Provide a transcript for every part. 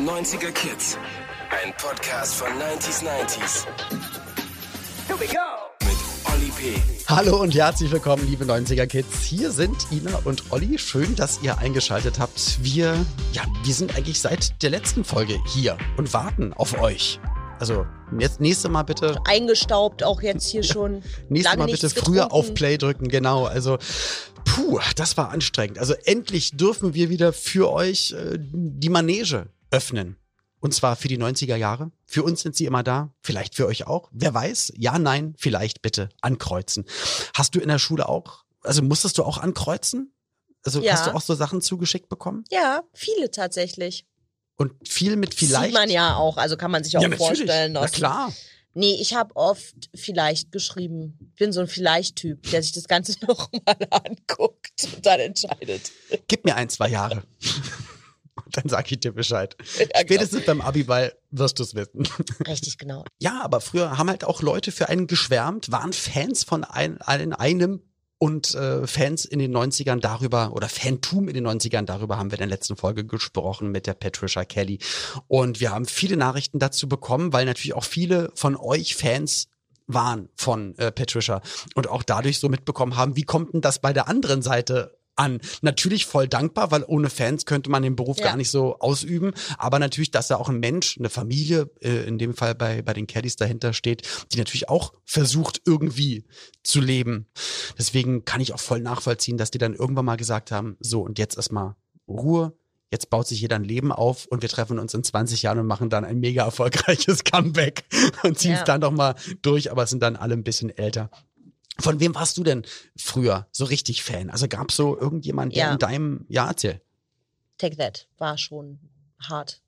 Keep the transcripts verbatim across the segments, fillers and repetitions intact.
neunziger Kids. Ein Podcast von neunzig neunzig. Here we go! Mit Olli P. Hallo und herzlich willkommen, liebe neunziger Kids. Hier sind Ina und Olli. Schön, dass ihr eingeschaltet habt. Wir, ja, wir sind eigentlich seit der letzten Folge hier und warten auf euch. Also jetzt nächste Mal bitte. Eingestaubt auch jetzt hier schon. Nächstes Mal bitte getrunken. früher auf Play drücken, genau. Also puh, das war anstrengend. Also endlich dürfen wir wieder für euch äh, die Manege öffnen. Und zwar für die neunziger Jahre. Für uns sind sie immer da. Vielleicht für euch auch. Wer weiß? Ja, nein, vielleicht bitte ankreuzen. Hast du in der Schule auch, also musstest du auch ankreuzen? Also Ja. hast du auch so Sachen zugeschickt bekommen? Ja, viele tatsächlich. Und viel mit vielleicht? Sieht man ja auch, also kann man sich auch ja, natürlich. vorstellen. Na dass- klar. Nee, ich habe oft vielleicht geschrieben. Ich bin so ein Vielleicht-Typ, der sich das Ganze nochmal anguckt und dann entscheidet. Gib mir ein, zwei Jahre. Und dann sag ich dir Bescheid. Ja, genau. Spätestens beim Abiball wirst du es wissen. Richtig, genau. Ja, aber früher haben halt auch Leute für einen geschwärmt, waren Fans von ein, ein, einem und äh, Fans in den neunzigern darüber, oder Fantum in den neunzigern, darüber haben wir in der letzten Folge gesprochen mit der Patricia Kelly. Und wir haben viele Nachrichten dazu bekommen, weil natürlich auch viele von euch Fans waren von äh, Patricia und auch dadurch so mitbekommen haben, wie kommt denn das bei der anderen Seite an? Natürlich voll dankbar, weil ohne Fans könnte man den Beruf Ja. gar nicht so ausüben, aber natürlich, dass da auch ein Mensch, eine Familie, äh, in dem Fall bei bei den Kellys dahinter steht, die natürlich auch versucht irgendwie zu leben. Deswegen kann ich auch voll nachvollziehen, dass die dann irgendwann mal gesagt haben, so und jetzt erstmal Ruhe, jetzt baut sich jeder ein Leben auf und wir treffen uns in zwanzig Jahren und machen dann ein mega erfolgreiches Comeback und ziehen es Ja. dann doch mal durch, aber sind dann alle ein bisschen älter. Von wem warst du denn früher so richtig Fan? Also gab es so irgendjemand, der Ja. in deinem, ja, erzähl. Take That war schon hart.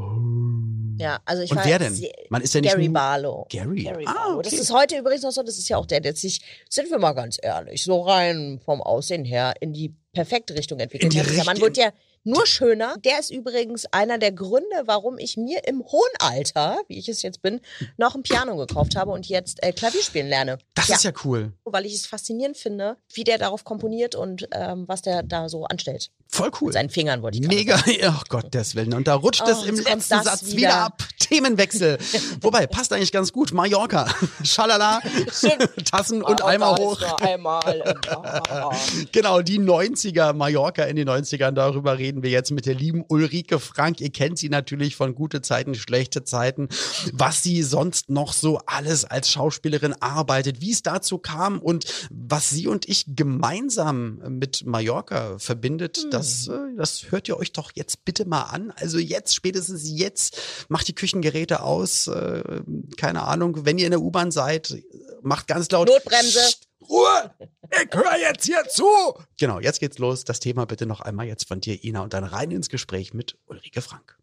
Ja, also ich Und war wer denn? sehr- Man ist ja nicht Gary nur- Barlow. Gary? Gary Ah, Barlow. okay. Das ist heute übrigens noch so, das ist ja auch der, der sich, sind wir mal ganz ehrlich, so rein vom Aussehen her in die perfekte Richtung entwickelt In die hat. Der Mann Richtung- wird ja nur schöner. Der ist übrigens einer der Gründe, warum ich mir im hohen Alter, wie ich es jetzt bin, noch ein Piano gekauft habe und jetzt äh, Klavier spielen lerne. Das ist ja cool. Weil ich es faszinierend finde, wie der darauf komponiert und ähm, was der da so anstellt. Voll cool. Mit seinen Fingern wollte ich gerade Mega, sagen. oh Gottes Willen. Und da rutscht Oh, es im jetzt kommt letzten das Satz wieder. wieder. ab. Themenwechsel. Wobei, passt eigentlich ganz gut. Mallorca. Schalala. Tassen und Eimer hoch. Einmal. Genau, die neunziger, Mallorca in den neunzigern, darüber reden wir jetzt mit der lieben Ulrike Frank. Ihr kennt sie natürlich von gute Zeiten, schlechte Zeiten, was sie sonst noch so alles als Schauspielerin arbeitet, wie es dazu kam und was sie und ich gemeinsam mit Mallorca verbindet, Hm. das, äh, das hört ihr euch doch jetzt bitte mal an. Also jetzt, spätestens jetzt, macht die Küchengeräte aus, äh, keine Ahnung, wenn ihr in der U-Bahn seid, macht ganz laut Notbremse. Psst, Ruhe! Ich höre jetzt hier zu! Genau, jetzt geht's los. Das Thema bitte noch einmal jetzt von dir, Ina, und dann rein ins Gespräch mit Ulrike Frank.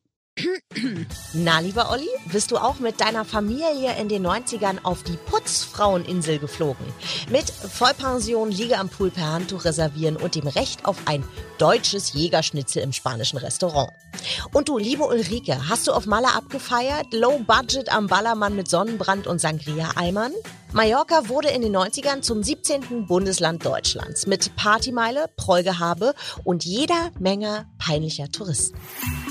Na, lieber Olli, bist du auch mit deiner Familie in den neunzigern auf die Putzfraueninsel geflogen? Mit Vollpension, Liege am Pool per Handtuch reservieren und dem Recht auf ein deutsches Jägerschnitzel im spanischen Restaurant. Und du, liebe Ulrike, hast du auf Malle abgefeiert? Low Budget am Ballermann mit Sonnenbrand und Sangria-Eimern? Mallorca wurde in den neunzigern zum siebzehnten Bundesland Deutschlands mit Partymeile, Prollgehabe und jeder Menge peinlicher Touristen.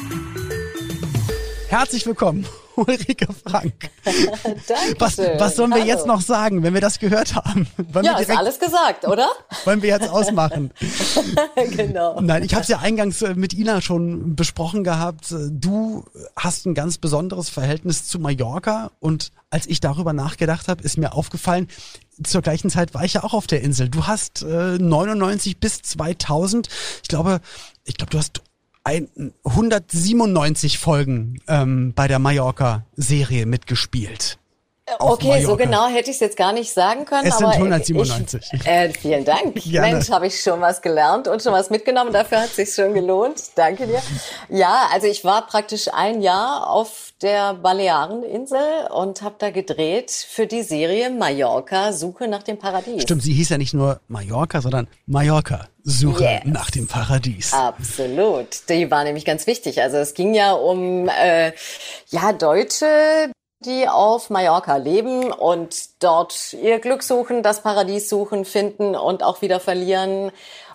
Herzlich willkommen, Ulrike Frank. Danke. Was, was sollen wir jetzt noch sagen, wenn wir das gehört haben? Wollen Ja, wir ist alles gesagt, oder? wollen wir jetzt ausmachen? Genau. Nein, ich habe es ja eingangs äh, mit Ina schon besprochen gehabt. Äh, Du hast ein ganz besonderes Verhältnis zu Mallorca und als ich darüber nachgedacht habe, ist mir aufgefallen, zur gleichen Zeit war ich ja auch auf der Insel. Du hast äh, neunundneunzig bis zweitausend, ich glaube, ich glaube, du hast ein, hundertsiebenundneunzig Folgen ähm, bei der Mallorca-Serie mitgespielt. Auf Okay, Mallorca. so genau hätte ich es jetzt gar nicht sagen können. Es sind aber hundertsiebenundneunzig. Ich, äh, vielen Dank. Gerne. Mensch, habe ich schon was gelernt und schon was mitgenommen. Dafür hat es sich schon gelohnt. Danke dir. Ja, also ich war praktisch ein Jahr auf der Baleareninsel und habe da gedreht für die Serie Mallorca, Suche nach dem Paradies. Stimmt, sie hieß ja nicht nur Mallorca, sondern Mallorca, Suche Yes. nach dem Paradies. Absolut. Die war nämlich ganz wichtig. Also es ging ja um äh, ja Deutsche, die auf Mallorca leben und dort ihr Glück suchen, das Paradies suchen, finden und auch wieder verlieren.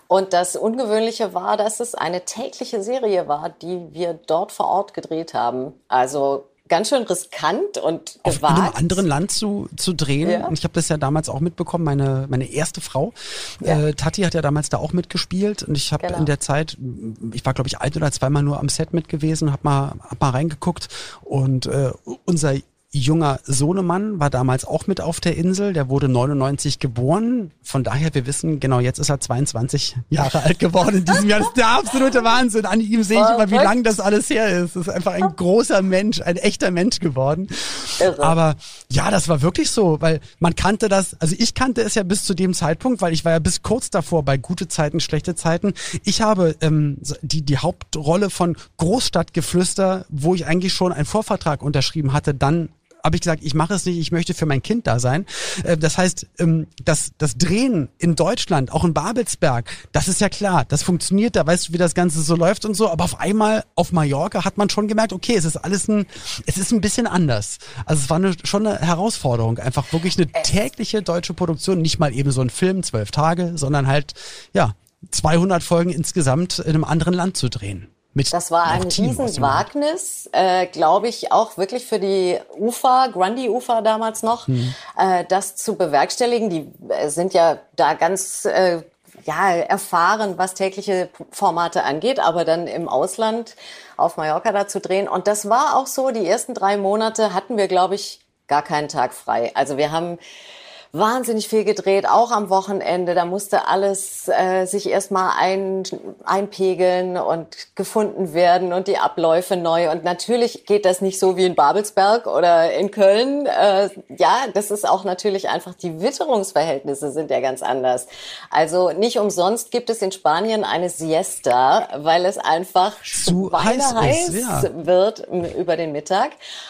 Und das Ungewöhnliche war, dass es eine tägliche Serie war, die wir dort vor Ort gedreht haben. Also ganz schön riskant und gewagt. Auf in einem anderen Land zu, zu drehen. Ja. Und ich habe das ja damals auch mitbekommen. Meine, meine erste Frau, ja. äh, Tati, hat ja damals da auch mitgespielt. Und ich habe genau. in der Zeit, ich war glaube ich ein oder zweimal nur am Set mit gewesen, habe mal, hab mal reingeguckt. Und äh, unser junger Sohnemann war damals auch mit auf der Insel. Der wurde neunundneunzig geboren. Von daher, wir wissen, genau, jetzt ist er zweiundzwanzig Jahre alt geworden in diesem Jahr. Das ist der absolute Wahnsinn. An ihm sehe ich immer, wie lange das alles her ist. Das ist einfach ein großer Mensch, ein echter Mensch geworden. Irre. Aber ja, das war wirklich so, weil man kannte das, also ich kannte es ja bis zu dem Zeitpunkt, weil ich war ja bis kurz davor bei gute Zeiten, schlechte Zeiten. Ich habe ähm, die, die Hauptrolle von Großstadtgeflüster, wo ich eigentlich schon einen Vorvertrag unterschrieben hatte, dann habe ich gesagt, ich mache es nicht, ich möchte für mein Kind da sein. Das heißt, das, das Drehen in Deutschland, auch in Babelsberg, das ist ja klar, das funktioniert, da weißt du, wie das Ganze so läuft und so, aber auf einmal auf Mallorca hat man schon gemerkt, okay, es ist alles ein, es ist ein bisschen anders. Also es war eine, schon eine Herausforderung, einfach wirklich eine tägliche deutsche Produktion, nicht mal eben so ein Film, zwölf Tage, sondern halt, ja, zweihundert Folgen insgesamt in einem anderen Land zu drehen. Mit das war ein Riesenwagnis, äh, glaube ich, auch wirklich für die U F A, Grundy U F A damals noch, hm. äh, das zu bewerkstelligen. Die äh, sind ja da ganz äh, ja erfahren, was tägliche Formate angeht, aber dann im Ausland auf Mallorca da zu drehen. Und das war auch so, die ersten drei Monate hatten wir, glaube ich, gar keinen Tag frei. Also wir haben wahnsinnig viel gedreht, auch am Wochenende. Da musste alles äh, sich erstmal ein, einpegeln und gefunden werden und die Abläufe neu. Und natürlich geht das nicht so wie in Babelsberg oder in Köln. Äh, ja, das ist auch natürlich einfach, die Witterungsverhältnisse sind ja ganz anders. Also nicht umsonst gibt es in Spanien eine Siesta, weil es einfach zu heiß, heiß ist, ja. wird über den Mittag.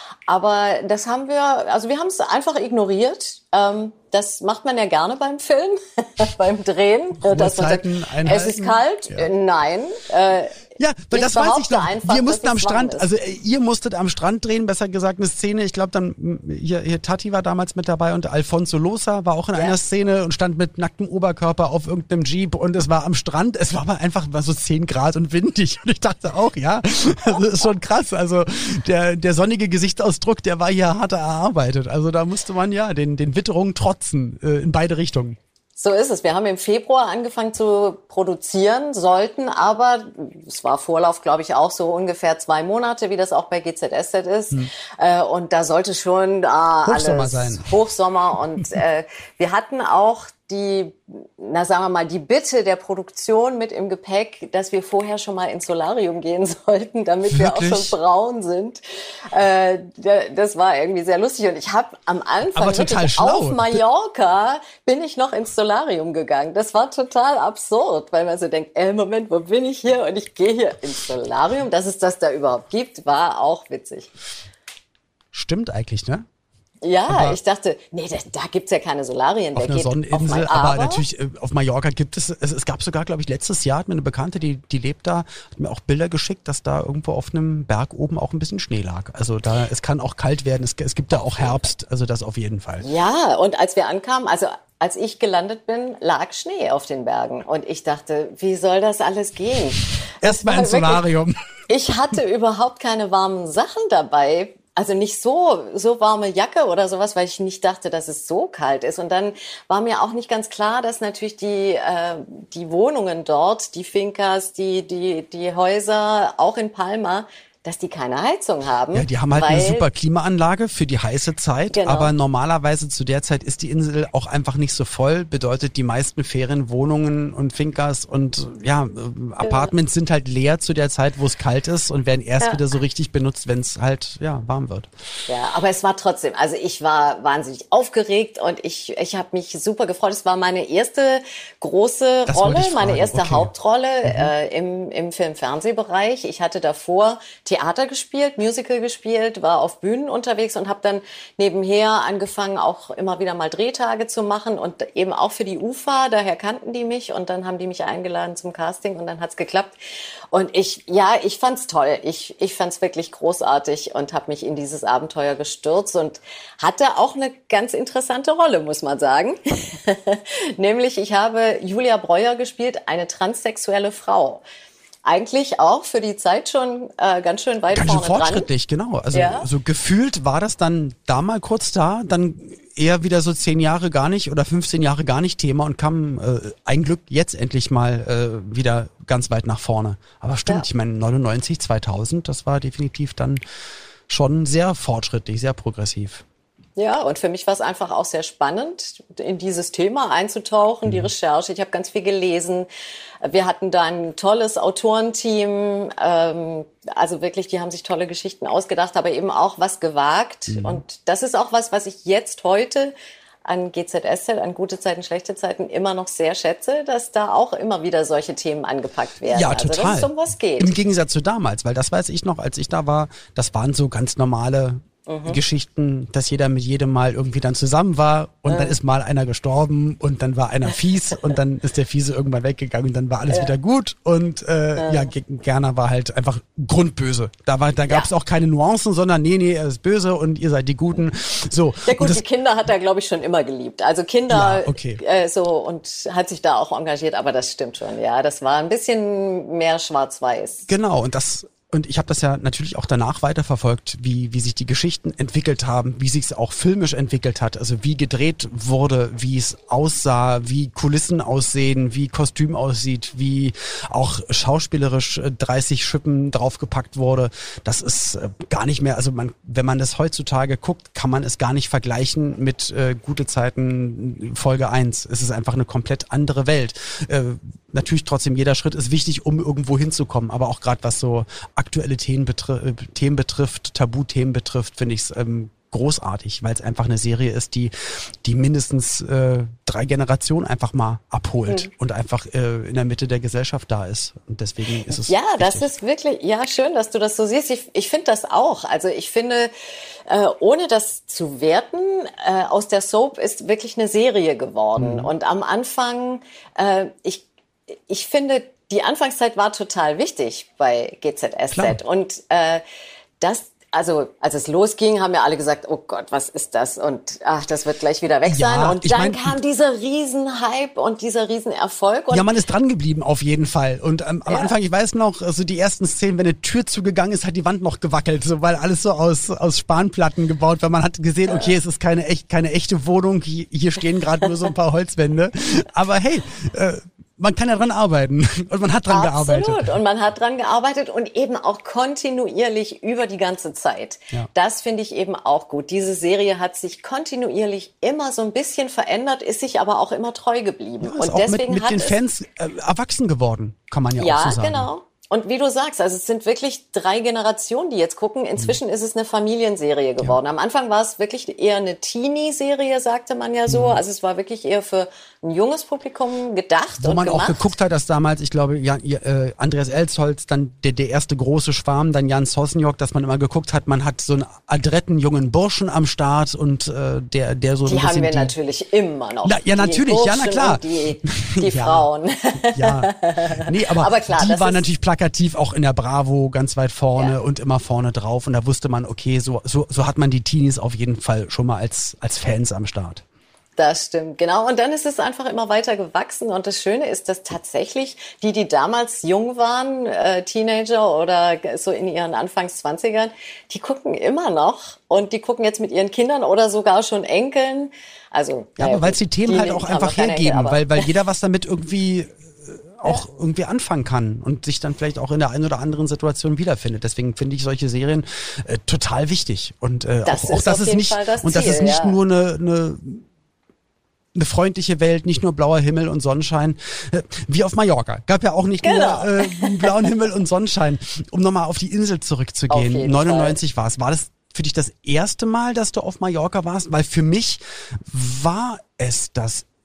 Aber das haben wir, also wir haben es einfach ignoriert. Ähm, das macht man ja gerne beim Film, beim Drehen. Dass man sagt, es ist kalt. Ja. Nein. Äh, Ja, weil ich das weiß ich noch. Einfach, wir mussten am Strand, also ihr musstet am Strand drehen, besser gesagt eine Szene. Ich glaube dann, hier, hier Tati war damals mit dabei und Alfonso Losa war auch in ja. einer Szene und stand mit nacktem Oberkörper auf irgendeinem Jeep und es war am Strand. Es war aber einfach mal so zehn Grad und windig und ich dachte auch, ja, das ist schon krass. Also der, der sonnige Gesichtsausdruck, der war hier hart erarbeitet. Also da musste man ja den, den Witterungen trotzen, äh, in beide Richtungen. So ist es. Wir haben im Februar angefangen zu produzieren, sollten aber, es war Vorlauf, glaube ich, auch so ungefähr zwei Monate, wie das auch bei G Z S Z ist. Hm. Äh, und da sollte schon äh, Hochsommer alles sein. Hochsommer. Und äh, wir hatten auch die, na sagen wir mal, die Bitte der Produktion mit im Gepäck, dass wir vorher schon mal ins Solarium gehen sollten, damit Wirklich? wir auch schon braun sind. Äh, das war irgendwie sehr lustig. Und ich habe am Anfang Aber total schlau. auf Mallorca bin ich noch ins Solarium gegangen. Das war total absurd, weil man so denkt, ey, Moment, wo bin ich hier? Und ich gehe hier ins Solarium. Dass es das da überhaupt gibt, war auch witzig. Stimmt eigentlich, ne? Ja, aber ich dachte, nee, da, da gibt's ja keine Solarien. Auf der einer geht Sonneninsel, auf aber, aber natürlich äh, auf Mallorca gibt es, es, es gab sogar, glaube ich, letztes Jahr hat mir eine Bekannte, die die lebt da, hat mir auch Bilder geschickt, dass da irgendwo auf einem Berg oben auch ein bisschen Schnee lag. Also da, es kann auch kalt werden, es, es gibt da auch Herbst, also das auf jeden Fall. Ja, und als wir ankamen, also als ich gelandet bin, lag Schnee auf den Bergen und ich dachte, wie soll das alles gehen? Erstmal ins Solarium. Ich hatte überhaupt keine warmen Sachen dabei. Also nicht so so warme Jacke oder sowas, weil ich nicht dachte, dass es so kalt ist. Und dann war mir auch nicht ganz klar, dass natürlich die äh, die Wohnungen dort, die Fincas, die die die Häuser, auch in Palma, dass die keine Heizung haben. Ja, die haben halt weil, eine super Klimaanlage für die heiße Zeit, genau. aber normalerweise zu der Zeit ist die Insel auch einfach nicht so voll, bedeutet die meisten Ferienwohnungen und Fincas und ja, Apartments ja. sind halt leer zu der Zeit, wo es kalt ist und werden erst ja. wieder so richtig benutzt, wenn es halt ja warm wird. Ja, aber es war trotzdem, also ich war wahnsinnig aufgeregt und ich ich habe mich super gefreut. Es war meine erste große das Rolle, meine erste okay. Hauptrolle mhm. äh, im im Film-Fernsehbereich. Ich hatte davor Theater gespielt, Musical gespielt, war auf Bühnen unterwegs und habe dann nebenher angefangen, auch immer wieder mal Drehtage zu machen und eben auch für die U F A, daher kannten die mich und dann haben die mich eingeladen zum Casting und dann hat's geklappt. Und ich, ja, ich fand's toll. Ich, ich fand's wirklich großartig und habe mich in dieses Abenteuer gestürzt und hatte auch eine ganz interessante Rolle, muss man sagen. Nämlich, ich habe Julia Breuer gespielt, eine transsexuelle Frau. Eigentlich auch für die Zeit schon äh, ganz schön weit ganz vorne schön fortschrittlich, dran. Genau. Also ja. so gefühlt war das dann da mal kurz da, dann eher wieder so zehn Jahre gar nicht oder fünfzehn Jahre gar nicht Thema und kam äh, ein Glück jetzt endlich mal äh, wieder ganz weit nach vorne. Aber stimmt, ja. Ich meine neunundneunzig, zweitausend, das war definitiv dann schon sehr fortschrittlich, sehr progressiv. Ja, und für mich war es einfach auch sehr spannend, in dieses Thema einzutauchen, mhm. die Recherche. Ich habe ganz viel gelesen. Wir hatten da ein tolles Autorenteam. Ähm, also wirklich, die haben sich tolle Geschichten ausgedacht, aber eben auch was gewagt. Mhm. Und das ist auch was, was ich jetzt heute an G Z S Z, an gute Zeiten, schlechte Zeiten immer noch sehr schätze, dass da auch immer wieder solche Themen angepackt werden. Ja, total. Also, dass es um was geht. Im Gegensatz zu damals, weil das weiß ich noch, als ich da war, das waren so ganz normale Mhm. Geschichten, dass jeder mit jedem mal irgendwie dann zusammen war und mhm. dann ist mal einer gestorben und dann war einer fies und dann ist der Fiese irgendwann weggegangen und dann war alles ja. wieder gut und äh, mhm. ja, Gerner war halt einfach grundböse. Da war, da gab es ja. auch keine Nuancen, sondern nee, nee, er ist böse und ihr seid die Guten. So. Ja gut, das, die Kinder hat er, glaube ich, schon immer geliebt. Also Kinder ja, okay. äh, so und hat sich da auch engagiert, aber das stimmt schon. Ja, das war ein bisschen mehr schwarz-weiß. Genau, und das Und ich habe das ja natürlich auch danach weiterverfolgt, wie wie sich die Geschichten entwickelt haben, wie sich es auch filmisch entwickelt hat, also wie gedreht wurde, wie es aussah, wie Kulissen aussehen, wie Kostüm aussieht, wie auch schauspielerisch dreißig Schippen draufgepackt wurde. Das ist gar nicht mehr, also man, wenn man das heutzutage guckt, kann man es gar nicht vergleichen mit äh, Gute Zeiten Folge eins. Es ist einfach eine komplett andere Welt. Äh, natürlich trotzdem, jeder Schritt ist wichtig, um irgendwo hinzukommen, aber auch gerade was so aktuelle Themen, betri- Themen betrifft, Tabuthemen betrifft, finde ich es ähm, großartig, weil es einfach eine Serie ist, die die mindestens äh, drei Generationen einfach mal abholt mhm. und einfach äh, in der Mitte der Gesellschaft da ist. Und deswegen ist es Ja, wichtig. Das ist wirklich, ja, schön, dass du das so siehst. Ich, ich finde das auch. Also ich finde, äh, ohne das zu werten, äh, aus der Soap ist wirklich eine Serie geworden. Mhm. Und am Anfang, äh, ich, ich finde, die Anfangszeit war total wichtig bei G Z S Z. Klar. Und äh, das, also als es losging, haben ja alle gesagt, oh Gott, was ist das? Und ach, das wird gleich wieder weg sein. Ja, und dann mein, kam dieser Riesenhype und dieser Riesenerfolg. Und ja, man ist dran geblieben auf jeden Fall. Und ähm, am ja. Anfang, ich weiß noch, so also die ersten Szenen, wenn eine Tür zugegangen ist, hat die Wand noch gewackelt, so weil alles so aus aus Spanplatten gebaut, weil man hat gesehen, okay, es ist keine echt keine echte Wohnung, hier stehen gerade nur so ein paar Holzwände. Aber hey, äh, man kann ja dran arbeiten und man hat dran Absolut. gearbeitet. Absolut, und man hat dran gearbeitet und eben auch kontinuierlich über die ganze Zeit. Ja. Das finde ich eben auch gut. Diese Serie hat sich kontinuierlich immer so ein bisschen verändert, ist sich aber auch immer treu geblieben. Ja, ist und auch deswegen mit, mit hat den Fans äh, erwachsen geworden, kann man ja, ja auch so sagen. Ja, genau. Und wie du sagst, also es sind wirklich drei Generationen, die jetzt gucken. Inzwischen mhm. ist es eine Familienserie geworden. Ja. Am Anfang war es wirklich eher eine Teenie-Serie, sagte man ja so. Mhm. Also es war wirklich eher für ein junges Publikum gedacht Wo und man gemacht. auch geguckt hat, dass damals, ich glaube, ja, äh, Andreas Elsholz, dann der, der erste große Schwarm, dann Jan Sosniok, dass man immer geguckt hat, man hat so einen adretten jungen Burschen am Start und äh, der, der so die ein bisschen... haben wir die, natürlich immer noch. Na, ja, natürlich, ja, na klar. Die, die ja, Frauen. Ja, nee, aber, aber klar, die waren natürlich plakativ auch in der Bravo ganz weit vorne ja. und immer vorne drauf und da wusste man, okay, so, so, so hat man die Teenies auf jeden Fall schon mal als, als Fans am Start. Das stimmt, genau. Und dann ist es einfach immer weiter gewachsen. Und das Schöne ist, dass tatsächlich die, die damals jung waren, äh, Teenager oder so in ihren Anfangszwanzigern, die gucken immer noch. Und die gucken jetzt mit ihren Kindern oder sogar schon Enkeln. Also ja, aber weil es die Themen die halt auch einfach hergeben, Enkel, weil, weil jeder was damit irgendwie auch ja. irgendwie anfangen kann und sich dann vielleicht auch in der einen oder anderen Situation wiederfindet. Deswegen finde ich solche Serien äh, total wichtig. Und äh, das auch, auch dass es nicht das und das ist nicht ja. nur eine, eine eine freundliche Welt, nicht nur blauer Himmel und Sonnenschein, wie auf Mallorca. Gab ja auch nicht genau. nur äh, blauen Himmel und Sonnenschein. Um nochmal auf die Insel zurückzugehen. neunundneunzig war es. War das für dich das erste Mal, dass du auf Mallorca warst? Weil für mich war es das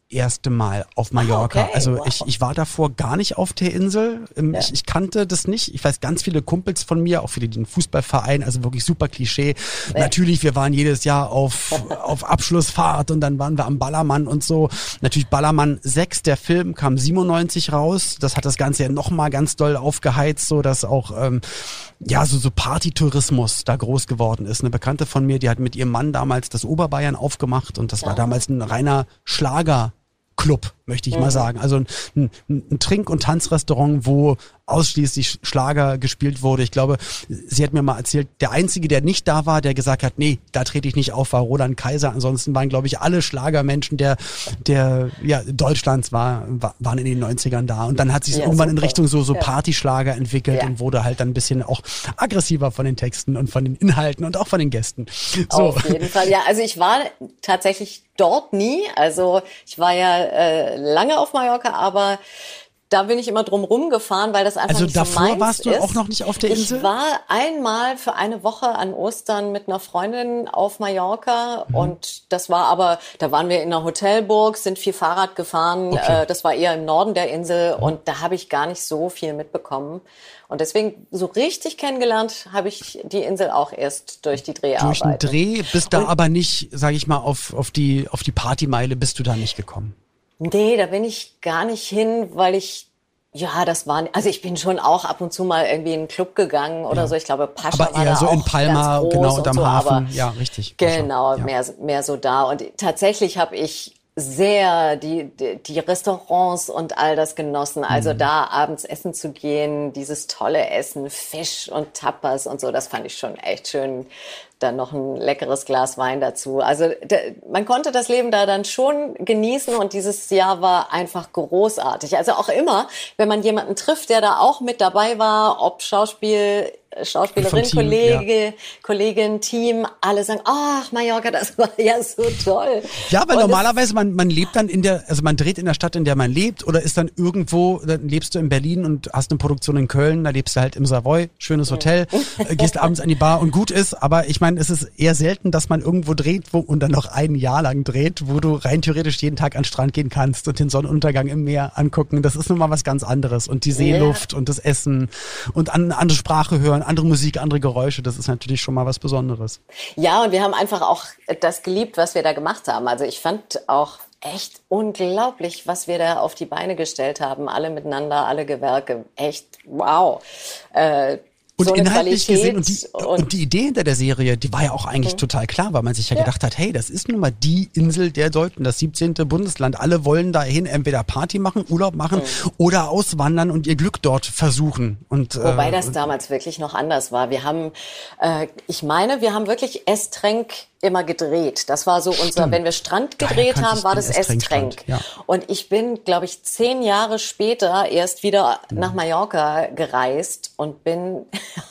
erste Mal auf Mallorca. Ah, okay. Also Wow. ich, ich war davor gar nicht auf der Insel. Ja. Ich, ich kannte das nicht. Ich weiß ganz viele Kumpels von mir, auch viele, die einen Fußballverein, also wirklich super Klischee. Ja. Natürlich, wir waren jedes Jahr auf, auf Abschlussfahrt und dann waren wir am Ballermann und so. Natürlich Ballermann sechs, der Film kam siebenundneunzig raus. Das hat das Ganze ja nochmal ganz doll aufgeheizt, so dass auch ähm, ja so, so Partytourismus da groß geworden ist. Eine Bekannte von mir, die hat mit ihrem Mann damals das Oberbayern aufgemacht und das war Ja. damals ein reiner Schlager Club, möchte ich Mhm. mal sagen. Also ein, ein, ein Trink- und Tanzrestaurant, wo ausschließlich Schlager gespielt wurde. Ich glaube, sie hat mir mal erzählt, der Einzige, der nicht da war, der gesagt hat, nee, da trete ich nicht auf, war Roland Kaiser. Ansonsten waren, glaube ich, alle Schlagermenschen der, der ja, Deutschlands war, war, waren in den neunzigern da. Und dann hat sich Ja, irgendwann in super. Richtung so, so Ja. Partyschlager entwickelt Ja. und wurde halt dann ein bisschen auch aggressiver von den Texten und von den Inhalten und auch von den Gästen. So. Auf jeden Fall. Ja, also ich war tatsächlich dort nie. Also ich war ja äh, lange auf Mallorca, aber da bin ich immer drum rumgefahren, weil das einfach Also nicht so davor meins warst du ist. auch noch nicht auf der Insel? Ich war einmal für eine Woche an Ostern mit einer Freundin auf Mallorca Mhm. und das war aber, da waren wir in einer Hotelburg, sind viel Fahrrad gefahren. Okay. Äh, das war eher im Norden der Insel und da habe ich gar nicht so viel mitbekommen. Und deswegen so richtig kennengelernt habe ich die Insel auch erst durch die Dreharbeiten. Durch den Dreh bist da aber nicht, sage ich mal, auf, auf die, auf die Partymeile bist du da nicht gekommen. Nee, da bin ich gar nicht hin, weil ich, ja, das war, also ich bin schon auch ab und zu mal irgendwie in einen Club gegangen oder Ja. so. Ich glaube, Pascha Aber war eher da so auch in Palma, ganz groß genau, und und am so, Hafen. aber Ja, richtig. genau, Ja. mehr, mehr so da. Und tatsächlich habe ich sehr die, die, die Restaurants und all das genossen. Also Mhm. da abends essen zu gehen, dieses tolle Essen, Fisch und Tapas und so, das fand ich schon echt schön. Dann noch ein leckeres Glas Wein dazu. Also da, man konnte das Leben da dann schon genießen und dieses Jahr war einfach großartig. Also auch immer, wenn man jemanden trifft, der da auch mit dabei war, ob Schauspiel, Schauspielerin, Vom Team, Kollege, ja. Kollegin, Team, alle sagen, ach Mallorca, das war ja so toll. Ja, weil und normalerweise man, man lebt dann in der, also man dreht in der Stadt, in der man lebt, oder ist dann irgendwo, dann lebst du in Berlin und hast eine Produktion in Köln, da lebst du halt im Savoy, schönes Hotel, äh, gehst abends an die Bar und gut ist, aber ich meine, es ist eher selten, dass man irgendwo dreht wo, und dann noch ein Jahr lang dreht, wo du rein theoretisch jeden Tag an den Strand gehen kannst und den Sonnenuntergang im Meer angucken. Das ist nun mal was ganz anderes. Und die Seeluft Ja. und das Essen und an, andere Sprache hören, andere Musik, andere Geräusche, das ist natürlich schon mal was Besonderes. Ja, und wir haben einfach auch das geliebt, was wir da gemacht haben. Also ich fand auch echt unglaublich, was wir da auf die Beine gestellt haben. Alle miteinander, alle Gewerke. Echt wow. Äh, Und so eine inhaltlich Qualität gesehen, und die, und, und die Idee hinter der Serie, die war ja auch eigentlich Mhm. total klar, weil man sich ja, Ja. gedacht hat, hey, das ist nun mal die Insel der Deutschen, das siebzehnte Bundesland. Alle wollen dahin entweder Party machen, Urlaub machen Mhm. oder auswandern und ihr Glück dort versuchen. Und, Wobei äh, das damals wirklich noch anders war. Wir haben, äh, ich meine, wir haben wirklich Estränk immer gedreht. Das war so unser, Stimmt. wenn wir Strand Daher gedreht kannte haben, ich war den das Estränk-Strand, Estränk. ja. Und ich bin, glaube ich, zehn Jahre später erst wieder Mhm. nach Mallorca gereist und bin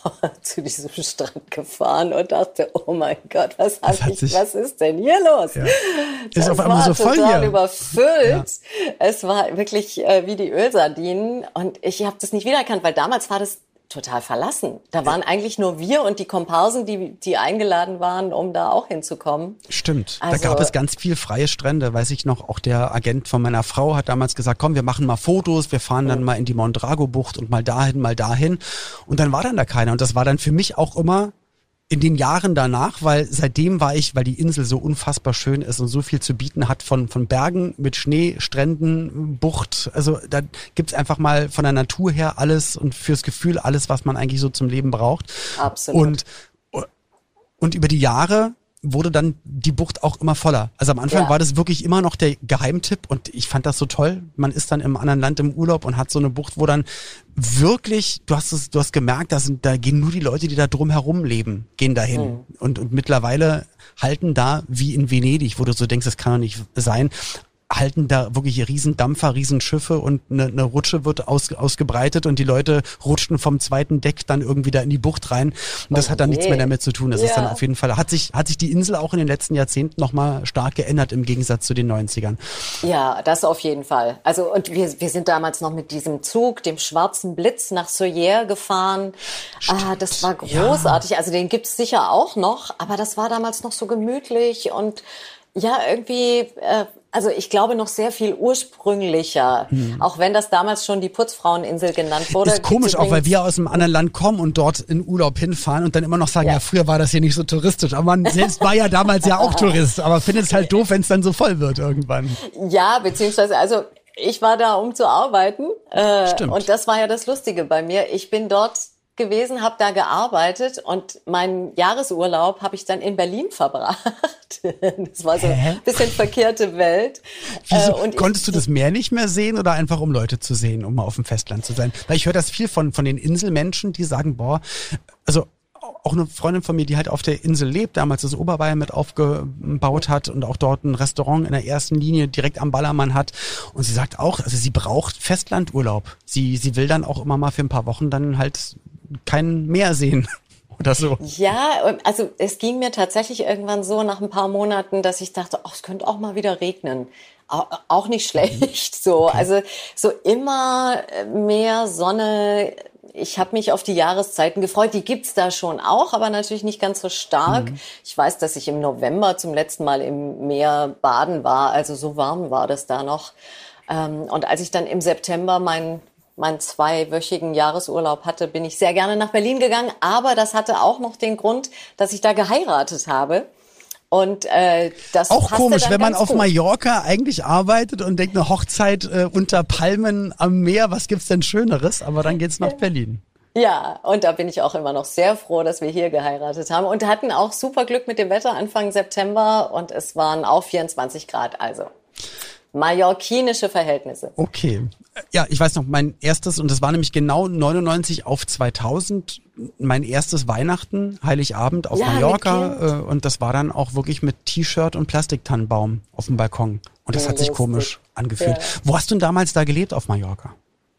zu diesem Strand gefahren und dachte, oh mein Gott, was, hab hat ich, sich- was ist denn hier los? Ja. Das Ist auf einmal war so voll total hier. überfüllt. Es war wirklich äh, wie die Ölsardinen und ich habe das nicht wiedererkannt, weil damals war das total verlassen. Da waren eigentlich nur wir und die Komparsen, die, die eingeladen waren, um da auch hinzukommen. Stimmt. Also- da gab es ganz viel freie Strände, weiß ich noch. Auch der Agent von meiner Frau hat damals gesagt, komm, wir machen mal Fotos, wir fahren dann mal in die Mondrago-Bucht und mal dahin, mal dahin. Und dann war dann da keiner. Und das war dann für mich auch immer in den Jahren danach, weil seitdem war ich, weil die Insel so unfassbar schön ist und so viel zu bieten hat von von Bergen mit Schnee, Stränden, Bucht. Also da gibt's einfach mal von der Natur her alles und fürs Gefühl alles, was man eigentlich so zum Leben braucht. Absolut. Und und über die Jahre wurde dann die Bucht auch immer voller. Also am Anfang Ja. war das wirklich immer noch der Geheimtipp und ich fand das so toll. Man ist dann im anderen Land im Urlaub und hat so eine Bucht, wo dann wirklich, du hast es, du hast gemerkt, da sind, da gehen nur die Leute, die da drumherum leben, gehen dahin. Mhm. Und, und mittlerweile halten da, wie in Venedig, wo du so denkst, das kann doch nicht sein, halten da wirklich Riesendampfer, Riesenschiffe und eine, eine Rutsche wird aus, ausgebreitet und die Leute rutschen vom zweiten Deck dann irgendwie da in die Bucht rein und das Oh hat dann je. nichts mehr damit zu tun. Das ist Ja. dann auf jeden Fall, hat sich, hat sich die Insel auch in den letzten Jahrzehnten nochmal stark geändert im Gegensatz zu den neunzigern. Ja, das auf jeden Fall. Also und wir, wir sind damals noch mit diesem Zug, dem Schwarzen Blitz, nach Soyer gefahren. Ah, das war großartig. Also den gibt's sicher auch noch, aber das war damals noch so gemütlich und Ja, irgendwie, äh, also ich glaube noch sehr viel ursprünglicher, hm. auch wenn das damals schon die Putzfraueninsel genannt wurde. Ist komisch auch, weil wir aus einem anderen Land kommen und dort in Urlaub hinfahren und dann immer noch sagen, ja, ja früher war das hier nicht so touristisch, aber man selbst war ja damals ja auch Tourist, aber findet es halt doof, wenn es dann so voll wird irgendwann. Ja, beziehungsweise, also ich war da, um zu arbeiten äh, Stimmt. Und das war ja das Lustige bei mir. Ich bin dort gewesen, habe da gearbeitet und meinen Jahresurlaub habe ich dann in Berlin verbracht. Das war so ein bisschen verkehrte Welt. Wieso? Und konntest ich, du das Meer nicht mehr sehen oder einfach um Leute zu sehen, um mal auf dem Festland zu sein? Weil ich höre das viel von von den Inselmenschen, die sagen, boah, also auch eine Freundin von mir, die halt auf der Insel lebt, damals das Oberbayern mit aufgebaut hat und auch dort ein Restaurant in der ersten Linie direkt am Ballermann hat. Und sie sagt auch, also sie braucht Festlandurlaub. Sie sie will dann auch immer mal für ein paar Wochen dann halt kein Meer sehen oder so. Ja, also es ging mir tatsächlich irgendwann so nach ein paar Monaten, dass ich dachte, ach, es könnte auch mal wieder regnen. Auch nicht schlecht, so. Okay. Also so immer mehr Sonne. Ich habe mich auf die Jahreszeiten gefreut. Die gibt's da schon auch, aber natürlich nicht ganz so stark. Mhm. Ich weiß, dass ich im November zum letzten Mal im Meer baden war. Also so warm war das da noch. Und als ich dann im September meinen meinen zweiwöchigen Jahresurlaub hatte, bin ich sehr gerne nach Berlin gegangen. Aber das hatte auch noch den Grund, dass ich da geheiratet habe. Und äh, das auch komisch, wenn man auf gut. Mallorca eigentlich arbeitet und denkt, eine Hochzeit äh, unter Palmen am Meer, was gibt's denn Schöneres? Aber dann geht's nach Berlin. Ja, und da bin ich auch immer noch sehr froh, dass wir hier geheiratet haben und hatten auch super Glück mit dem Wetter Anfang September und es waren auch vierundzwanzig Grad, also mallorquinische Verhältnisse. Okay. Ja, ich weiß noch, mein erstes, und das war nämlich genau neunundneunzig auf zweitausend, mein erstes Weihnachten, Heiligabend auf ja, Mallorca. Äh, und das war dann auch wirklich mit T-Shirt und Plastiktannenbaum auf dem Balkon. Und das ja, hat sich komisch angefühlt. Ja. Wo hast du denn damals da gelebt auf Mallorca?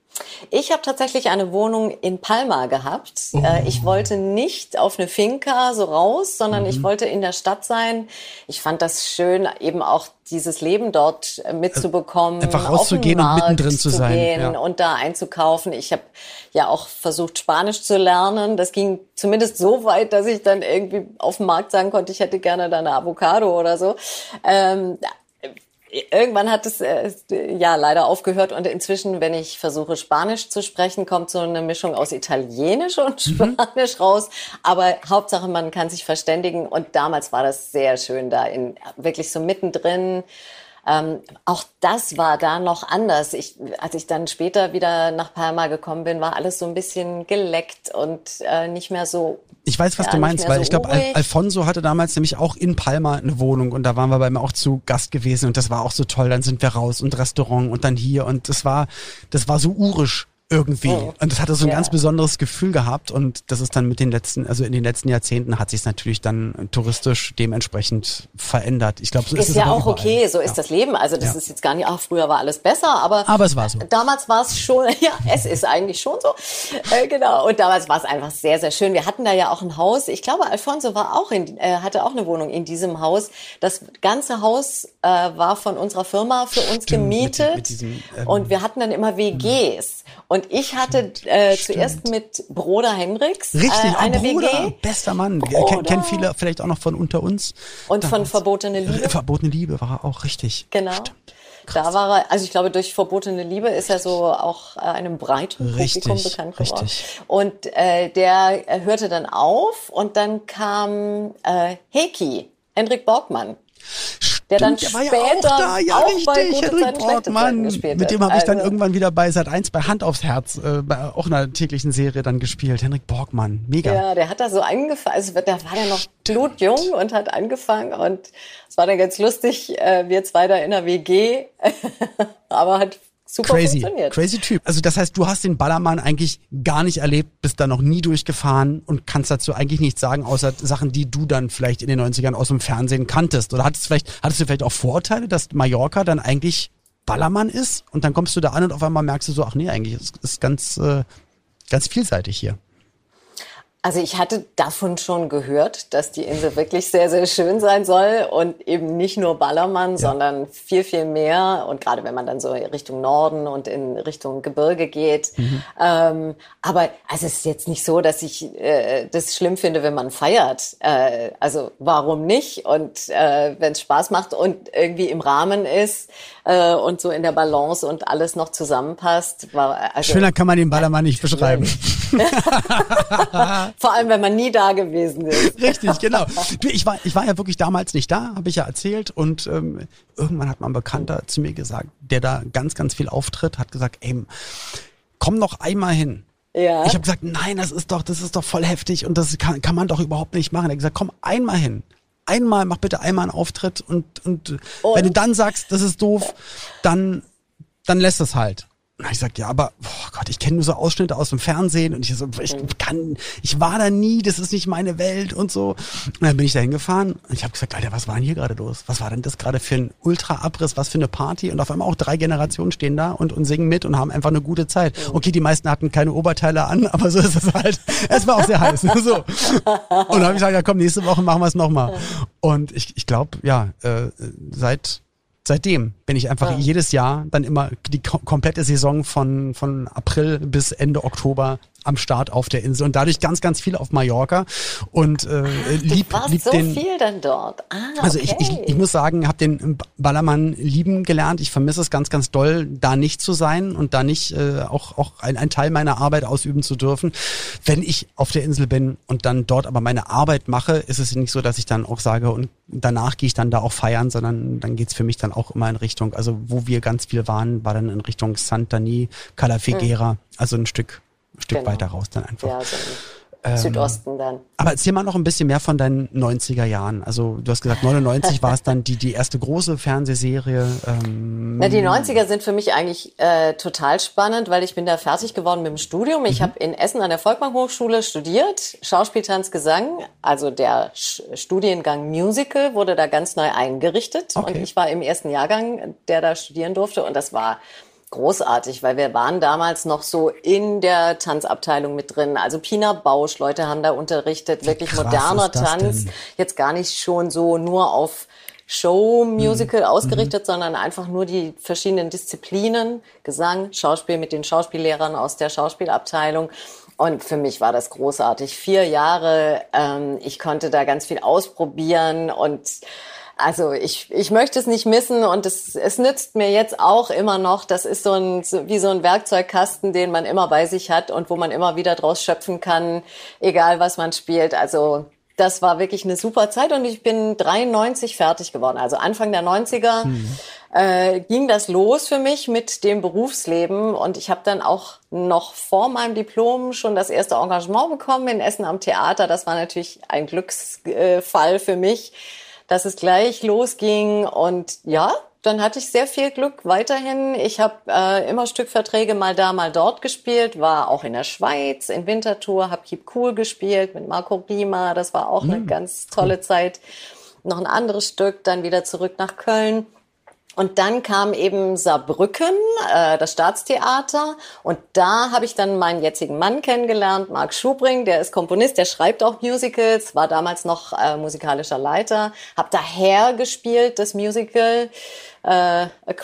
Ich habe tatsächlich eine Wohnung in Palma gehabt. Oh. Ich wollte nicht auf eine Finca so raus, sondern mhm. ich wollte in der Stadt sein. Ich fand das schön, eben auch dieses Leben dort mitzubekommen. Einfach rauszugehen und mittendrin zu sein. Gehen ja. Und da einzukaufen. Ich habe ja auch versucht, Spanisch zu lernen. Das ging zumindest so weit, dass ich dann irgendwie auf dem Markt sagen konnte, ich hätte gerne da eine Avocado oder so. Ähm, Irgendwann hat es äh, ja leider aufgehört und inzwischen, wenn ich versuche Spanisch zu sprechen, kommt so eine Mischung aus Italienisch und Spanisch mhm. raus. Aber Hauptsache, man kann sich verständigen und damals war das sehr schön da, in wirklich so mittendrin. Ähm, auch das war da noch anders. Ich, als ich dann später wieder nach Palma gekommen bin, war alles so ein bisschen geleckt und äh, nicht mehr so. Ich weiß, was ja, du meinst, weil so ich glaube, Al- Alfonso hatte damals nämlich auch in Palma eine Wohnung und da waren wir bei mir auch zu Gast gewesen und das war auch so toll. Dann sind wir raus und Restaurant und dann hier und das war, das war so urisch. Irgendwie. Oh. Und das hatte so ein ja. ganz besonderes Gefühl gehabt und das ist dann mit den letzten, also in den letzten Jahrzehnten hat sich es natürlich dann touristisch dementsprechend verändert. Ich glaube, so ist, ist es ja auch überall. Okay, so ist ja. das Leben. Also das ja. ist jetzt gar nicht, ach, früher war alles besser, aber, aber es war so. Damals war es schon, ja, es ist eigentlich schon so. Äh, genau. Und damals war es einfach sehr, sehr schön. Wir hatten da ja auch ein Haus. Ich glaube, Alfonso war auch in, äh, hatte auch eine Wohnung in diesem Haus. Das ganze Haus äh, war von unserer Firma für uns Stimmt, gemietet. Mit, mit diesem, ähm, und wir hatten dann immer W Gs. Und ich hatte äh, zuerst mit Bruder Henriks Richtig, äh, eine oh, Bruder, W G. Bester Mann. Ken, kennen viele vielleicht auch noch von unter uns. Und damals. Von Verbotene Liebe. Verbotene Liebe war er auch, richtig. Genau. Stimmt. Da war er, also ich glaube, durch Verbotene Liebe ist er so auch äh, einem breiten richtig, Publikum bekannt geworden. Richtig. Und äh, der hörte dann auf und dann kam äh, Heki, Hendrik Borgmann. Der dann der später war ja auch, da, ja, auch richtig, bei Gute Hendrik Zeiten, Schlechte Zeiten gespielt hat. Mit dem habe ich dann also, irgendwann wieder bei Sat eins bei Hand aufs Herz, äh, bei auch einer täglichen Serie dann gespielt. Hendrik Borgmann, mega. Ja, der hat da so angefangen, also da war der noch blutjung und hat angefangen und es war dann ganz lustig, äh, wir zwei da in der W G, aber hat super crazy, funktioniert. Crazy Typ. Also das heißt, du hast den Ballermann eigentlich gar nicht erlebt, bist da noch nie durchgefahren und kannst dazu eigentlich nichts sagen, außer Sachen, die du dann vielleicht in den neunzigern aus dem Fernsehen kanntest. Oder hattest, vielleicht, hattest du vielleicht auch Vorurteile, dass Mallorca dann eigentlich Ballermann ist und dann kommst du da an und auf einmal merkst du so, ach nee, eigentlich ist es ganz, äh, ganz vielseitig hier. Also ich hatte davon schon gehört, dass die Insel wirklich sehr, sehr schön sein soll und eben nicht nur Ballermann, ja. sondern viel, viel mehr. Und gerade wenn man dann so Richtung Norden und in Richtung Gebirge geht. Mhm. Ähm, aber also es ist jetzt nicht so, dass ich äh, das schlimm finde, wenn man feiert. Äh, also warum nicht? Und äh, wenn es Spaß macht und irgendwie im Rahmen ist äh, und so in der Balance und alles noch zusammenpasst. War, also, schöner kann man den Ballermann nicht beschreiben. Vor allem, wenn man nie da gewesen ist. Richtig, genau. Du, ich war, ich war ja wirklich damals nicht da, habe ich ja erzählt. Und ähm, irgendwann hat mal ein Bekannter zu mir gesagt, der da ganz, ganz viel auftritt, hat gesagt, ey, komm noch einmal hin. Ja. Ich habe gesagt, nein, das ist doch, das ist doch voll heftig und das kann, kann man doch überhaupt nicht machen. Er hat gesagt, komm einmal hin. Einmal, mach bitte einmal einen Auftritt und, und, und? wenn du dann sagst, das ist doof, dann, dann lässt es halt. Und ich sag, ja, aber oh Gott, ich kenne nur so Ausschnitte aus dem Fernsehen und ich so, ich kann, ich war da nie, das ist nicht meine Welt und so. Und dann bin ich da hingefahren und ich habe gesagt, Alter, was war denn hier gerade los? Was war denn das gerade für ein Ultra-Abriss, was für eine Party? Und auf einmal auch drei Generationen stehen da und, und singen mit und haben einfach eine gute Zeit. Okay, die meisten hatten keine Oberteile an, aber so ist es halt. Es war auch sehr heiß. So. Und dann habe ich gesagt, ja komm, nächste Woche machen wir es nochmal. Und ich, ich glaube, ja, äh, seit Seitdem bin ich einfach ja. jedes Jahr dann immer die ko- komplette Saison von, von April bis Ende Oktober am Start auf der Insel und dadurch ganz, ganz viel auf Mallorca und äh, lieb, du warst lieb so den, viel dann dort. Ah, okay. Also ich, ich, ich muss sagen, habe den Ballermann lieben gelernt. Ich vermisse es ganz, ganz doll, da nicht zu sein und da nicht äh, auch, auch ein, ein Teil meiner Arbeit ausüben zu dürfen. Wenn ich auf der Insel bin und dann dort aber meine Arbeit mache, ist es nicht so, dass ich dann auch sage und danach gehe ich dann da auch feiern, sondern dann geht's für mich dann auch immer in Richtung, also wo wir ganz viel waren, war dann in Richtung Santani, Cala Figuera, mhm. also ein Stück Stück genau. weiter raus dann einfach. Ja, so im ähm, Südosten dann. Aber erzähl mal noch ein bisschen mehr von deinen neunziger Jahren. Also du hast gesagt, neunundneunzig war es dann die die erste große Fernsehserie. Ähm. Na, die neunziger sind für mich eigentlich äh, total spannend, weil ich bin da fertig geworden mit dem Studium. Ich mhm. habe in Essen an der Volkmann Hochschule studiert, Schauspiel, Tanz, Gesang. Also der Sch- Studiengang Musical wurde da ganz neu eingerichtet. Okay. Und ich war im ersten Jahrgang, der da studieren durfte. Und das war großartig, weil wir waren damals noch so in der Tanzabteilung mit drin. Also Pina Bausch, Leute haben da unterrichtet, wirklich moderner Tanz. Denn? Jetzt gar nicht schon so nur auf Show-Musical mhm. ausgerichtet, mhm. sondern einfach nur die verschiedenen Disziplinen, Gesang, Schauspiel mit den Schauspiellehrern aus der Schauspielabteilung. Und für mich war das großartig. Vier Jahre, ähm, ich konnte da ganz viel ausprobieren und also ich ich möchte es nicht missen und es es nützt mir jetzt auch immer noch. Das ist so ein so, wie so ein Werkzeugkasten, den man immer bei sich hat und wo man immer wieder draus schöpfen kann, egal was man spielt. Also das war wirklich eine super Zeit und ich bin dreiundneunzig fertig geworden. Also Anfang der neunziger mhm. äh, ging das los für mich mit dem Berufsleben und ich habe dann auch noch vor meinem Diplom schon das erste Engagement bekommen in Essen am Theater. Das war natürlich ein Glücksfall für mich, dass es gleich losging und ja, dann hatte ich sehr viel Glück weiterhin. Ich habe äh, immer Stückverträge mal da, mal dort gespielt, war auch in der Schweiz, in Winterthur, habe Keep Cool gespielt mit Marco Rima, das war auch mhm. eine ganz tolle Zeit. Noch ein anderes Stück, dann wieder zurück nach Köln. Und dann kam eben Saarbrücken, äh, das Staatstheater. Und da habe ich dann meinen jetzigen Mann kennengelernt, Marc Schubring. Der ist Komponist, der schreibt auch Musicals, war damals noch äh, musikalischer Leiter. Hab da Hair gespielt, das Musical, äh,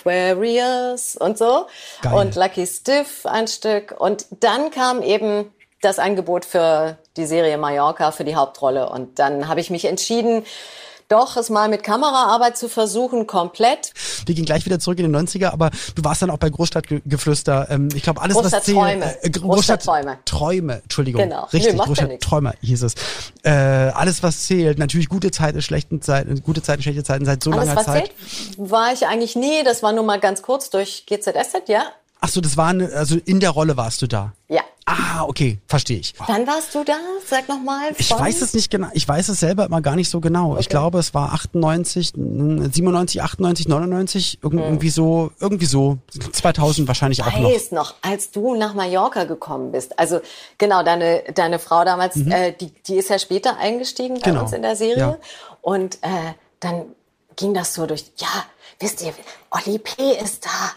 Aquarius und so. Geil. Und Lucky Stiff ein Stück. Und dann kam eben das Angebot für die Serie Mallorca, für die Hauptrolle. Und dann habe ich mich entschieden, doch es mal mit Kameraarbeit zu versuchen, komplett. Wir gehen gleich wieder zurück in die neunziger, aber du warst dann auch bei Großstadtgeflüster. Ähm, ich glaube, alles, was zählt. Großstadtträume. Äh, Großstadtträume. Träume, Entschuldigung. Genau. Richtig, Nee, Großstadtträume hieß es. Äh, alles, was zählt. Natürlich gute Zeiten, schlechten Zeiten, gute Zeiten, schlechte Zeiten seit so alles, langer was Zeit. Zählt, war ich eigentlich nie. Das war nur mal ganz kurz durch G Z S Z, ja. Ach so, das war eine, also in der Rolle warst du da. Ja. Ah, okay, verstehe ich. Wann warst du da? Sag nochmal. Ich weiß es nicht genau. Ich weiß es selber immer gar nicht so genau. Okay. Ich glaube, es war achtundneunzig, siebenundneunzig, achtundneunzig, neunundneunzig, irgendwie hm. so, irgendwie so. zweitausend wahrscheinlich ich auch noch. Ich weiß noch, als du nach Mallorca gekommen bist. Also genau, deine deine Frau damals, mhm. äh, die die ist ja später eingestiegen bei genau. uns in der Serie. Ja. Und äh, dann ging das so durch. Ja, wisst ihr, Oli P. ist da.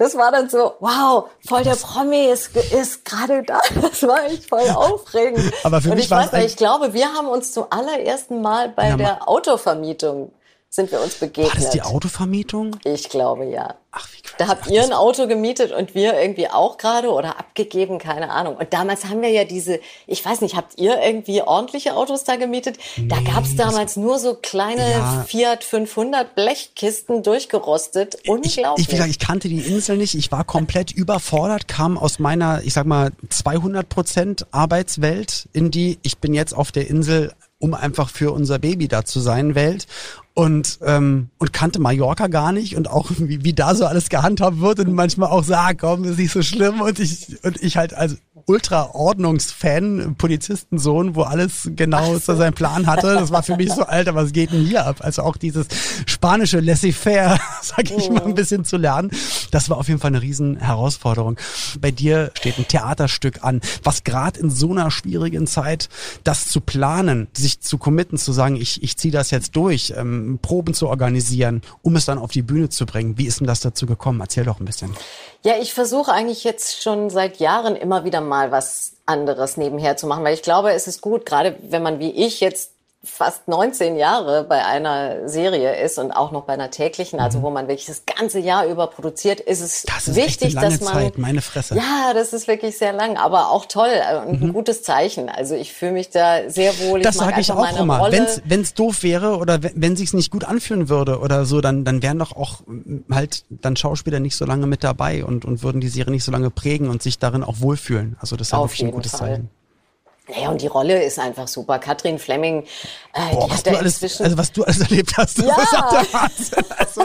das war dann so, wow, voll der Promi ist, ist gerade da. Das war echt voll aufregend. Aber für und mich ich war weiß nicht, ich glaube, wir haben uns zum allerersten Mal bei ja, der Autovermietung sind wir uns begegnet. War das die Autovermietung? Ich glaube, ja. Ach, wie crazy. Da habt ihr ein Auto gemietet und wir irgendwie auch gerade oder abgegeben, keine Ahnung. Und damals haben wir ja diese, ich weiß nicht, habt ihr irgendwie ordentliche Autos da gemietet? Nee, da gab's damals nur so kleine ja. Fiat fünfhundert Blechkisten durchgerostet. Unglaublich. Ich, ich, ich kannte die Insel nicht. Ich war komplett überfordert, kam aus meiner, ich sag mal, zweihundert Prozent Arbeitswelt in die, ich bin jetzt auf der Insel, um einfach für unser Baby da zu sein, Welt. Und ähm, und kannte Mallorca gar nicht und auch wie, wie da so alles gehandhabt wird und manchmal auch so, ah, komm, ist nicht so schlimm und ich und ich halt als Ultra-Ordnungsfan, Polizistensohn, wo alles genau so seinen Plan hatte. Das war für mich so, Alter, was geht denn hier ab? Also auch dieses spanische Laissez-faire, sag ich mal, ein bisschen zu lernen. Das war auf jeden Fall eine riesen Herausforderung. Bei dir steht ein Theaterstück an, was gerade in so einer schwierigen Zeit, das zu planen, sich zu committen, zu sagen, ich ich ziehe das jetzt durch, ähm, Proben zu organisieren, um es dann auf die Bühne zu bringen. Wie ist denn das dazu gekommen? Erzähl doch ein bisschen. Ja, ich versuche eigentlich jetzt schon seit Jahren immer wieder mal was anderes nebenher zu machen, weil ich glaube, es ist gut, gerade wenn man wie ich jetzt fast neunzehn Jahre bei einer Serie ist und auch noch bei einer täglichen, also wo man wirklich das ganze Jahr über produziert, ist es das ist wichtig, echt eine lange dass man Zeit, meine Fresse. Ja, das ist wirklich sehr lang, aber auch toll und mhm. ein gutes Zeichen. Also ich fühle mich da sehr wohl. Ich das sage ich auch immer. Wenn's wenn's doof wäre oder wenn, wenn sich's nicht gut anfühlen würde oder so, dann dann wären doch auch halt dann Schauspieler nicht so lange mit dabei und und würden die Serie nicht so lange prägen und sich darin auch wohlfühlen. Also das ist ja wirklich ein gutes Fall. Zeichen. Naja, und die Rolle ist einfach super. Katrin Fleming, äh, boah, die was hat du ja alles, inzwischen... also was du alles erlebt hast, ja. das ist der Wahnsinn.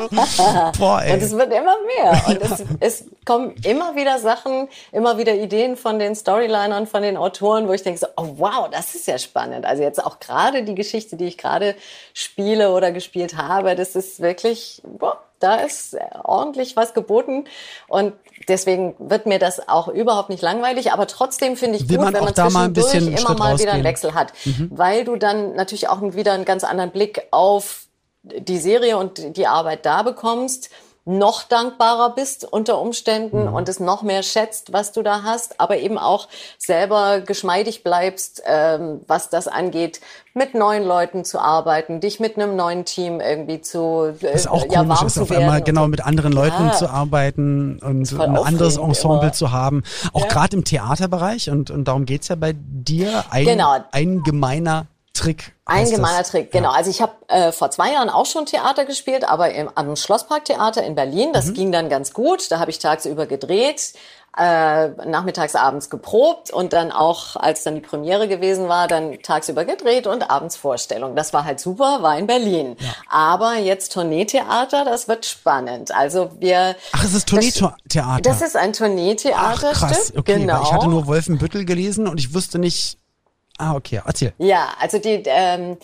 Also, boah, ey. Und es wird immer mehr. Und es, es kommen immer wieder Sachen, immer wieder Ideen von den Storylinern, von den Autoren, wo ich denke so, oh wow, das ist ja spannend. Also jetzt auch gerade die Geschichte, die ich gerade spiele oder gespielt habe, das ist wirklich, boah, da ist ordentlich was geboten und deswegen wird mir das auch überhaupt nicht langweilig, aber trotzdem finde ich Will gut, man wenn man da mal zwischendurch immer Schritt mal rausgehen. wieder einen Wechsel hat, mhm. weil du dann natürlich auch wieder einen ganz anderen Blick auf die Serie und die Arbeit da bekommst, noch dankbarer bist unter Umständen mhm. und es noch mehr schätzt, was du da hast, aber eben auch selber geschmeidig bleibst, ähm, was das angeht, mit neuen Leuten zu arbeiten, dich mit einem neuen Team irgendwie zu äh, das ist auch ja, komisch warm ist, zu auf werden. einmal genau mit anderen Leuten ja. zu arbeiten und ein anderes Ensemble immer. Zu haben. Auch ja. gerade im Theaterbereich und, und darum geht's ja bei dir, ein, genau. ein gemeiner Trick. Ein gemeiner das. Trick, genau. Ja. Also ich habe äh, vor zwei Jahren auch schon Theater gespielt, aber im, am Schlossparktheater in Berlin. Das mhm. ging dann ganz gut. Da habe ich tagsüber gedreht, äh, nachmittags, abends geprobt und dann auch, als dann die Premiere gewesen war, dann tagsüber gedreht und abends Vorstellung. Das war halt super, war in Berlin. Ja. Aber jetzt Tourneetheater, das wird spannend. Also wir... Ach, es ist Tourneetheater? Das ist ein Tourneetheaterstück. Ach, krass, okay. Genau. Weil ich hatte nur Wolfenbüttel gelesen und ich wusste nicht... Ah, okay, erzähl. Ja, also die, ähm,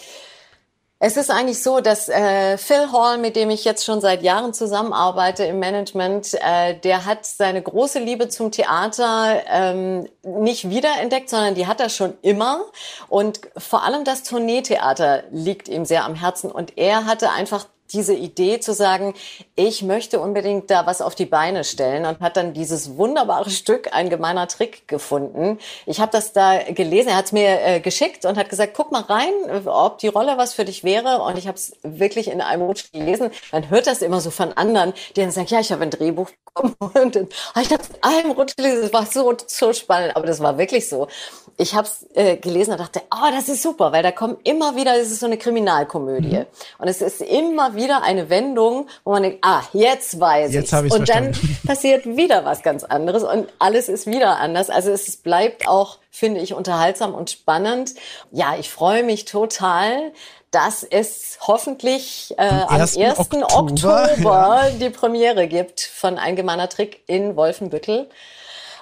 es ist eigentlich so, dass äh, Phil Hall, mit dem ich jetzt schon seit Jahren zusammenarbeite im Management, äh, der hat seine große Liebe zum Theater ähm, nicht wiederentdeckt, sondern die hat er schon immer. Und vor allem das Tourneetheater liegt ihm sehr am Herzen. Und er hatte einfach diese Idee zu sagen, ich möchte unbedingt da was auf die Beine stellen und hat dann dieses wunderbare Stück, ein gemeiner Trick, gefunden. Ich habe das da gelesen, er hat es mir äh, geschickt und hat gesagt, guck mal rein, ob die Rolle was für dich wäre, und ich habe es wirklich in einem Rutsch gelesen. Man hört das immer so von anderen, die dann sagen, ja, ich habe ein Drehbuch bekommen und dann habe ich das in einem Rutsch gelesen, das war so, so spannend, aber das war wirklich so. Ich habe es äh, gelesen und dachte, oh, das ist super, weil da kommen immer wieder, das ist so eine Kriminalkomödie. Mhm. Und es ist immer wieder eine Wendung, wo man denkt, ah, jetzt weiß ich. Jetzt habe ich es verstanden. Und dann passiert wieder was ganz anderes und alles ist wieder anders. Also es bleibt auch, finde ich, unterhaltsam und spannend. Ja, ich freue mich total, dass es hoffentlich äh, am ersten Oktober, Oktober ja. die Premiere gibt von Ein gemeiner Trick in Wolfenbüttel.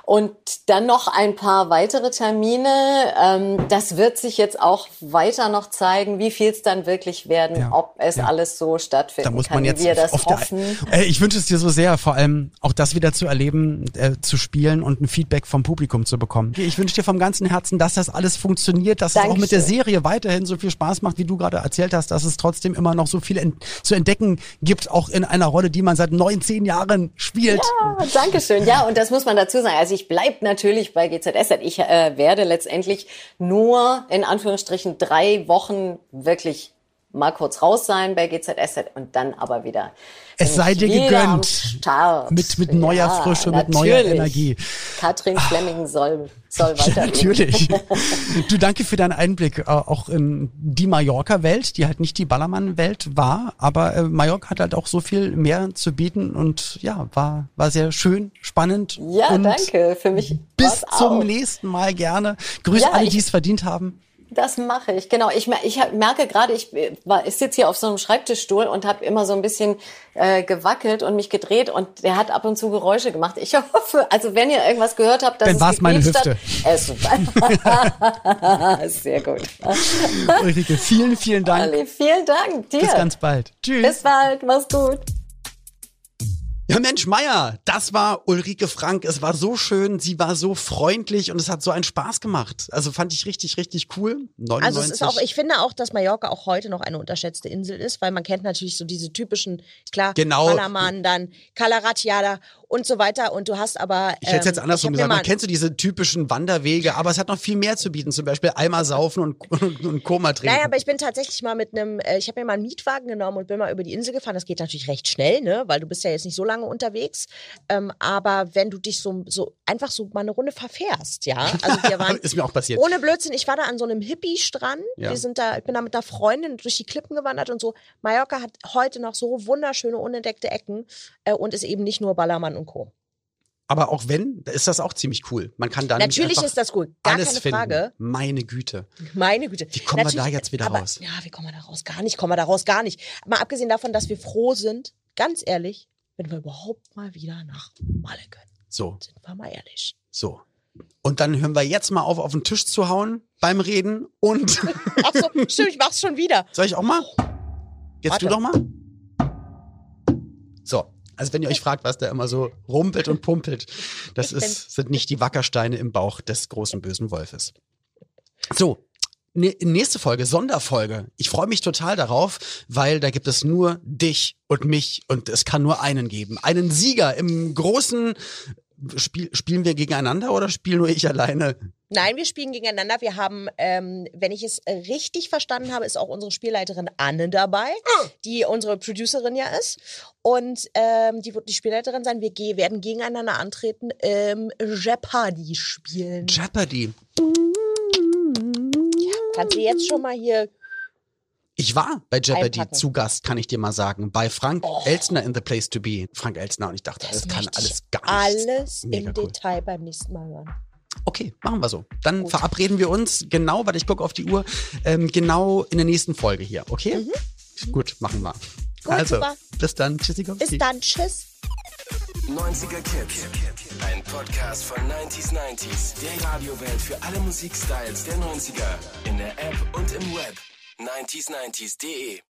Und dann noch ein paar weitere Termine. Ähm, das wird sich jetzt auch weiter noch zeigen, wie viel es dann wirklich werden, Ja. ob es Ja. alles so stattfinden Da muss kann, man jetzt wie wir das auf der, hoffen. äh, ich wünsche es dir so sehr, vor allem auch das wieder zu erleben, äh, zu spielen und ein Feedback vom Publikum zu bekommen. Ich wünsche dir vom ganzen Herzen, dass das alles funktioniert, dass es auch mit der Dankeschön. Serie weiterhin so viel Spaß macht, wie du gerade erzählt hast, dass es trotzdem immer noch so viel ent- zu entdecken gibt, auch in einer Rolle, die man seit neun, zehn Jahren spielt. Ja, danke schön. Ja, und das muss man dazu sagen. Also ich bleib natürlich bei G Z S Z. Ich äh, werde letztendlich nur in Anführungsstrichen drei Wochen wirklich mal kurz raus sein bei G Z S Z und dann aber wieder. Es sei dir gegönnt. Start. Mit, mit neuer ja, Frische, natürlich. mit neuer Energie. Katrin Flemming soll, soll Ja, weiter. natürlich. Du, danke für deinen Einblick äh, auch in die Mallorca-Welt, die halt nicht die Ballermann-Welt war, aber äh, Mallorca hat halt auch so viel mehr zu bieten und ja, war, war sehr schön, spannend. Ja, und danke. Für mich bis war's zum auch. nächsten Mal gerne. Grüße Ja, alle, ich- die es verdient haben. Das mache ich, genau. Ich, mer- ich hab- merke gerade, ich, war, ich sitze hier auf so einem Schreibtischstuhl und habe immer so ein bisschen äh, gewackelt und mich gedreht und der hat ab und zu Geräusche gemacht. Ich hoffe, also wenn ihr irgendwas gehört habt, dass Dann es war's meine gequietscht Hüfte. Hat, es ist sehr gut. Ulrike, vielen, vielen Dank. Ali, vielen Dank dir. Bis ganz bald. Tschüss. Bis bald, mach's gut. Ja, Mensch, Meier, das war Ulrike Frank. Es war so schön, sie war so freundlich und es hat so einen Spaß gemacht. Also fand ich richtig, richtig cool. neunundneunzig. Also es ist auch, ich finde auch, dass Mallorca auch heute noch eine unterschätzte Insel ist, weil man kennt natürlich so diese typischen, klar, Genau. Ballermann, dann Calaratiada und so weiter. Und du hast aber Ich hätte es jetzt ähm, andersrum ich hab gesagt. mir Man mal- kennt so diese typischen Wanderwege, aber es hat noch viel mehr zu bieten. Zum Beispiel Eimer saufen und, und, und Koma trinken. Naja, aber ich bin tatsächlich mal mit einem, äh, ich habe mir mal einen Mietwagen genommen und bin mal über die Insel gefahren. Das geht natürlich recht schnell, ne, weil du bist ja jetzt nicht so lange unterwegs. Ähm, aber wenn du dich so, so einfach so mal eine Runde verfährst, ja. Also wir waren ist mir auch passiert. ohne Blödsinn. Ich war da an so einem Hippie-Strand. Ja. Wir sind da, ich bin da mit einer Freundin durch die Klippen gewandert und so. Mallorca hat heute noch so wunderschöne unentdeckte Ecken äh, und ist eben nicht nur Ballermann und Co. Aber auch wenn, ist das auch ziemlich cool. Man kann da nämlich Natürlich einfach ist das cool, gar alles keine finden. Frage. Meine Güte. Meine Güte. Wie kommen wir da Natürlich, jetzt wieder aber, raus? Ja, wie kommen wir da raus? Gar nicht, kommen wir da raus, gar nicht. Mal abgesehen davon, dass wir froh sind, ganz ehrlich, wenn wir überhaupt mal wieder nach Malle können. So, Sind wir mal ehrlich. so. Und dann hören wir jetzt mal auf, auf den Tisch zu hauen beim Reden und Ach so, stimmt, ich mach's schon wieder. soll ich auch mal? Jetzt Warte. du doch mal. So, also wenn ihr euch fragt, was da immer so rumpelt und pumpelt, das Ich bin- ist, sind nicht die Wackersteine im Bauch des großen bösen Wolfes. So, ne, nächste Folge, Sonderfolge. Ich freue mich total darauf, weil da gibt es nur dich und mich und es kann nur einen geben. Einen Sieger im großen Spiel. Spielen wir gegeneinander oder spiele nur ich alleine? Nein, wir spielen gegeneinander. Wir haben, ähm, wenn ich es äh, richtig verstanden habe, ist auch unsere Spielleiterin Anne dabei, die unsere Producerin ja ist. Und ähm, die wird die Spielleiterin sein. Wir ge- werden gegeneinander antreten, ähm, Jeopardy spielen. Jeopardy. Kannst du jetzt schon mal hier... Ich war bei Jeopardy Einpacken. zu Gast, kann ich dir mal sagen, bei Frank Elstner in The Place to Be. Frank Elstner und ich dachte, das, kann möchte alles ich gar nicht. alles Mega im cool. Detail beim nächsten Mal hören. Okay, machen wir so. Dann Gut. verabreden wir uns genau, weil ich gucke auf die Uhr, ähm, genau in der nächsten Folge hier, okay? Gut, machen wir. Mhm. Gut, also, super. bis dann. Tschüssikowski. Bis dann, tschüss. neunziger Kids. Ein Podcast von neunzig neunzig. Der Radiowelt für alle Musikstyles der neunziger. In der App und im Web. neunzig neunzig punkt de